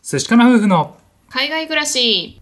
寿司かな夫婦の海外暮らし。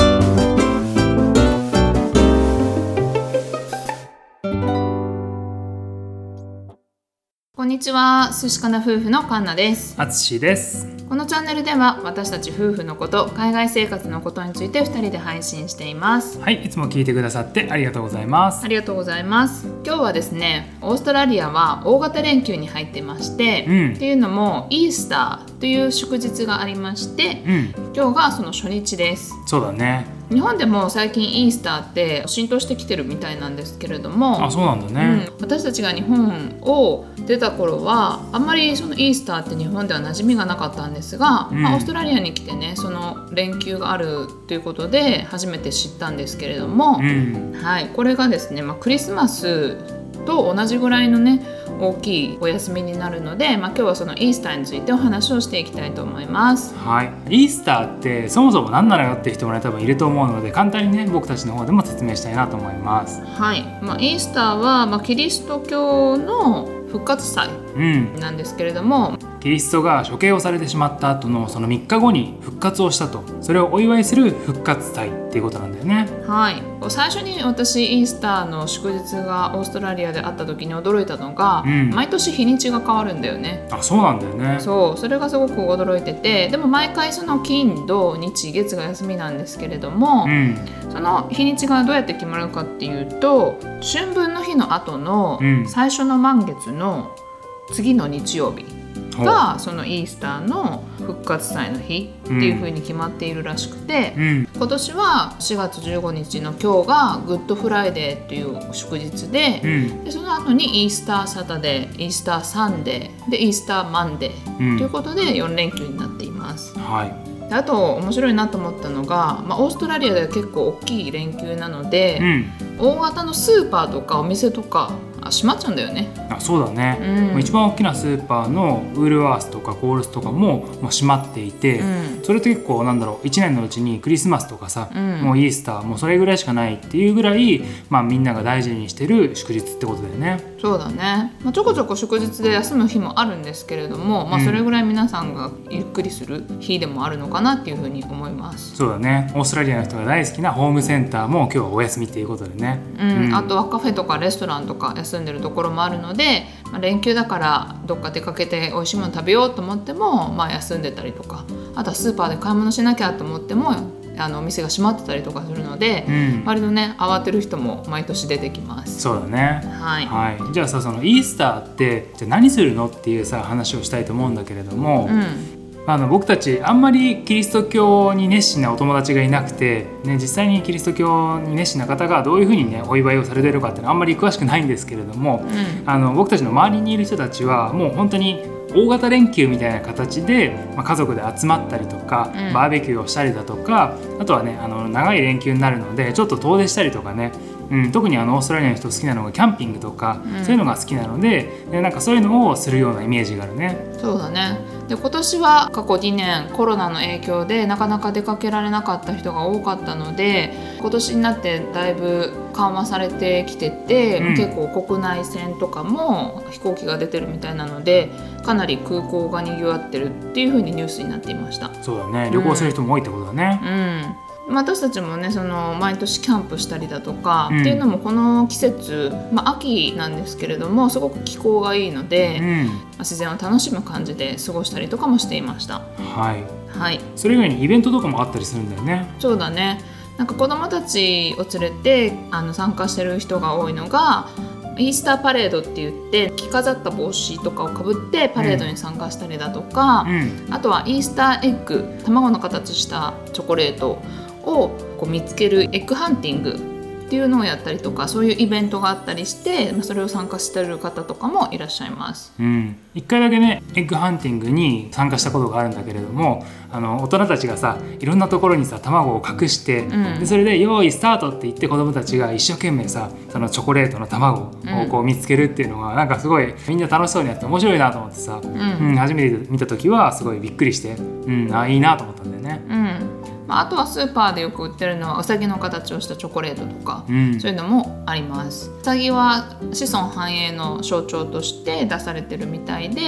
こんにちは、寿司かな夫婦のカンナです。 あつしです。 このチャンネルでは私たち夫婦のこと、海外生活のことについて2人で配信しています。 はい、いつも聞いてくださってありがとうございます。 ありがとうございます。今日はですね、オーストラリアは大型連休に入ってまして、っていうのもイースターという祝日がありまして、今日がその初日です。 そうだね。 日本でも最近イースターって浸透してきてるみたいなんですけれども、 あ、そうなんだね。 私たちが日本を出た頃はあんまりそのイースターって日本では馴染みがなかったんですが、オーストラリアに来てね、その連休があるということで初めて知ったんですけれども、はい、これがですね、クリスマスと同じぐらいのね大きいお休みになるので、今日はそのイースターについてお話をしていきたいと思います。 はい、イースターってそもそも何なのよって人もね多分いると思うので、簡単にね僕たちの方でも説明したいなと思います。 はい、イースターは、キリスト教の復活祭なんですけれども、 キリストが処刑をされてしまった後のその3日後に復活をしたと、それをお祝いする復活祭っていうことなんだよね。 はい、最初に私イースターの祝日がオーストラリアであった時に驚いたのが、毎年日にちが変わるんだよね。 あ、そうなんだよね。 それがすごく驚いてて、でも毎回その金土日月が休みなんですけれども、その日にちがどうやって決まるかっていうと、春分の日の後の最初の満月の次の日曜日がそのイースターの復活祭の日っていう風に決まっているらしくて、今年は4月15日の今日がグッドフライデーっていう祝日で、でその後にイースターサタデー、イースターサンデーでイースターマンデーということで4連休になっています。であと面白いなと思ったのが、オーストラリアでは結構大きい連休なので、大型のスーパーとかお店とか閉まっちゃうんだよね。 あ、そうだね、一番大きなスーパーのウールワースとかコールスとかも閉まっていて、それって結構1年のうちにクリスマスとかさ、もうイースターもうそれぐらいしかないっていうぐらい、みんなが大事にしてる祝日ってことだよね。 そうだね、ちょこちょこ祝日で休む日もあるんですけれども、それぐらい皆さんがゆっくりする日でもあるのかなっていうふうに思います。 そうだね、オーストラリアの人が大好きなホームセンターも今日はお休みっていうことでね、 あとはカフェとかレストランとか休んでるところもあるので、連休だからどっか出かけて美味しいもの食べようと思っても、休んでたりとか、あとはスーパーで買い物しなきゃと思ってもお店が閉まってたりとかするので、割とね慌てる人も毎年出てきます。 そうだね。じゃあさ、そのイースターってじゃあ何するのっていうさ話をしたいと思うんだけれども、僕たちあんまりキリスト教に熱心なお友達がいなくて、実際にキリスト教に熱心な方がどういうふうにねお祝いをされているかっていうのはあんまり詳しくないんですけれども、僕たちの周りにいる人たちはもう本当に大型連休みたいな形で、家族で集まったりとか、バーベキューをしたりだとか、あとはね長い連休になるのでちょっと遠出したりとかね、特にオーストラリアの人好きなのがキャンピングとか、そういうのが好きなので、なんかそういうのをするようなイメージがあるね。 そうだね。で今年は過去2年コロナの影響でなかなか出かけられなかった人が多かったので、今年になってだいぶ緩和されてきてて、結構国内線とかも飛行機が出てるみたいなので、かなり空港が賑わってるっていう風にニュースになっていました。 そうだね、旅行する人も多いってことだね。 私たちもね毎年キャンプしたりだとか、っていうのもこの季節、秋なんですけれどもすごく気候がいいので、自然を楽しむ感じで過ごしたりとかもしていました。 それ以外にイベントとかもあったりするんだよね。 そうだね、なんか子どもたちを連れて参加してる人が多いのがイースターパレードって言って、着飾った帽子とかをかぶってパレードに参加したりだとか、あとはイースターエッグ、卵の形したチョコレートを見つけるエッグハンティングっていうのをやったりとか、そういうイベントがあったりして、それを参加してる方とかもいらっしゃいます。 一回だけねエッグハンティングに参加したことがあるんだけれども、大人たちがさいろんなところにさ卵を隠して、でそれで用意スタートって言って子供たちが一生懸命さそのチョコレートの卵を見つけるっていうのがなんかすごいみんな楽しそうにやって面白いなと思ってさ、初めて見た時はすごいびっくりして、いいなと思ったんだよね。 あとはスーパーでよく売ってるのはウサギの形をしたチョコレートとか、そういうのもあります。ウサギは子孫繁栄の象徴として出されてるみたいで、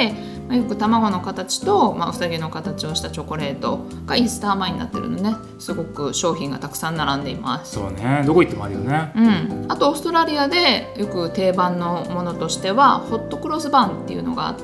よく卵の形と、うさぎの形をしたチョコレートがイースター米になってるのね。すごく商品がたくさん並んでいます。 そうね、どこ行ってもあるよね。 あとオーストラリアでよく定番のものとしてはホットクロスバンっていうのがあって、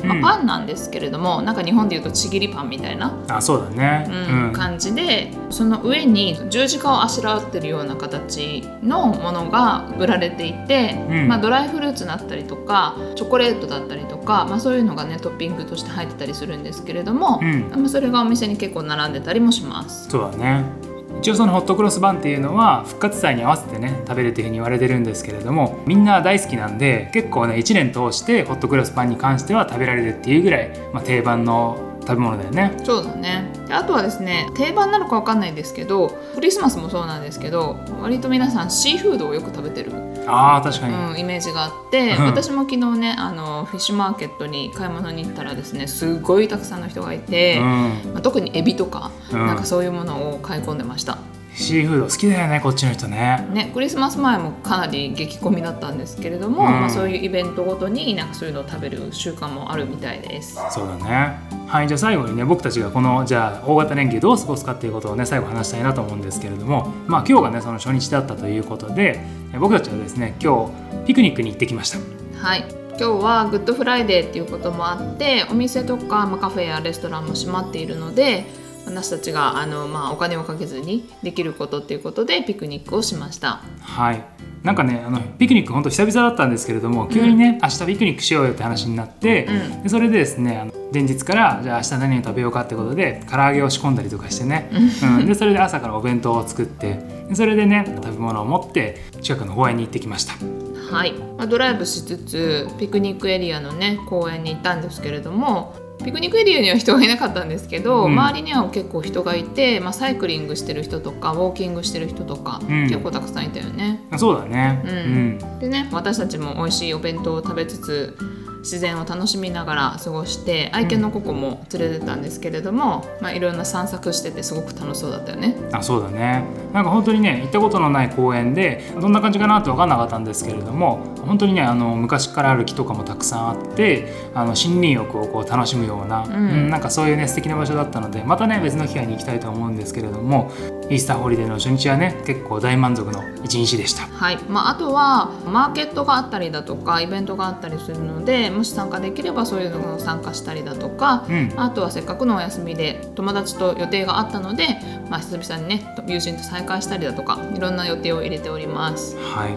パンなんですけれども、なんか日本でいうとちぎりパンみたいなそうだね、 感じで、その上に十字架をあしらってるような形のものが売られていて、ドライフルーツだったりとかチョコレートだったりとか、そういうのがねトッピングとして入ってたりするんですけれども、それがお店に結構並んでたりもします。 そうだね。一応そのホットクロスバンっていうのは復活祭に合わせてね食べるというふうに言われてるんですけれども、みんな大好きなんで結構ね1年通してホットクロスバンに関しては食べられるっていうぐらい、定番の食べ物だよね。 そうだね。あとはですね、定番なのかわかんないんですけど、クリスマスもそうなんですけど、割と皆さんシーフードをよく食べてる確かに、 イメージがあって、私も昨日ねフィッシュマーケットに買い物に行ったらですね、すごいたくさんの人がいて、特にエビとか、なんかそういうものを買い込んでました。 シーフード好きだよね、こっちの人ね。 クリスマス前もかなり激混みだったんですけれども、そういうイベントごとになんかそういうのを食べる習慣もあるみたいです。 そうだね。はい、じゃあ最後にね、僕たちがこのじゃあ大型連休どう過ごすかっていうことをね最後話したいなと思うんですけれども、今日がねその初日だったということで、僕たちはですね今日ピクニックに行ってきました。 はい、今日はグッドフライデーっていうこともあって、お店とか、カフェやレストランも閉まっているので、私たちがお金をかけずにできることっていうことでピクニックをしました。 はい、なんかねピクニック本当久々だったんですけれども、急にね、明日ピクニックしようよって話になって、でそれでですね前日からじゃあ明日何を食べようかってことで唐揚げを仕込んだりとかしてね、でそれで朝からお弁当を作って、でそれでね食べ物を持って近くの公園に行ってきました。 はい、ドライブしつつピクニックエリアのね公園に行ったんですけれども、ピクニックエリアには人がいなかったんですけど、周りには結構人がいて、サイクリングしてる人とかウォーキングしてる人とか、結構たくさんいたよね。 そうだね、 でね、私たちも美味しいお弁当を食べつつ自然を楽しみながら過ごして、愛犬のココも連れてたんですけれども、いろんな散策しててすごく楽しそうだったよね。 そうだね。なんか本当にね行ったことのない公園でどんな感じかなって分かんなかったんですけれども、本当にね昔からある木とかもたくさんあって、森林浴をこう楽しむような、なんかそういうね素敵な場所だったので、またね別の機会に行きたいと思うんですけれども、イースターホリデーの初日はね結構大満足の一日でした。 はい、あとはマーケットがあったりだとかイベントがあったりするので、もし参加できればそういうのを参加したりだとか、あとはせっかくのお休みで友達と予定があったので、久々にね友人と再会したりだとか、いろんな予定を入れております。はい、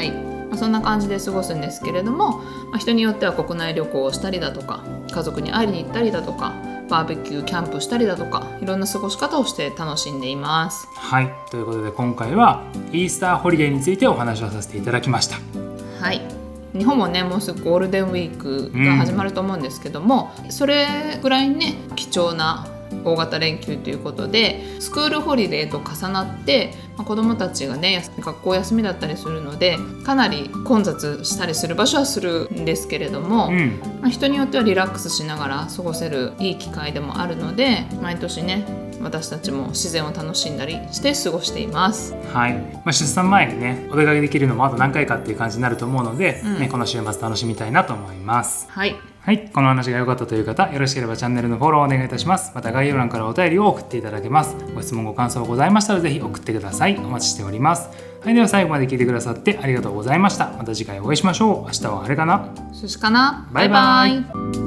そんな感じで過ごすんですけれども、人によっては国内旅行をしたりだとか、家族に会いに行ったりだとか、バーベキューキャンプしたりだとか、いろんな過ごし方をして楽しんでいます。 はい、ということで今回はイースターホリデーについてお話をさせていただきました。 はい、日本もねもうすぐゴールデンウィークが始まると思うんですけども、それぐらいね貴重な大型連休ということで、スクールホリデーと重なって、子どもたちがね学校休みだったりするので、かなり混雑したりする場所はするんですけれども、人によってはリラックスしながら過ごせるいい機会でもあるので、毎年ね私たちも自然を楽しんだりして過ごしています。 はい、出産前にねお出かけできるのもあと何回かっていう感じになると思うので、この週末楽しみたいなと思います。はい、この話が良かったという方、よろしければチャンネルのフォローをお願いいたします。また概要欄からお便りを送っていただけます。ご質問ご感想ございましたらぜひ送ってください。お待ちしております。はい、では最後まで聞いてくださってありがとうございました。また次回お会いしましょう。明日はあれかな？ 寿司かな？ バイバイ。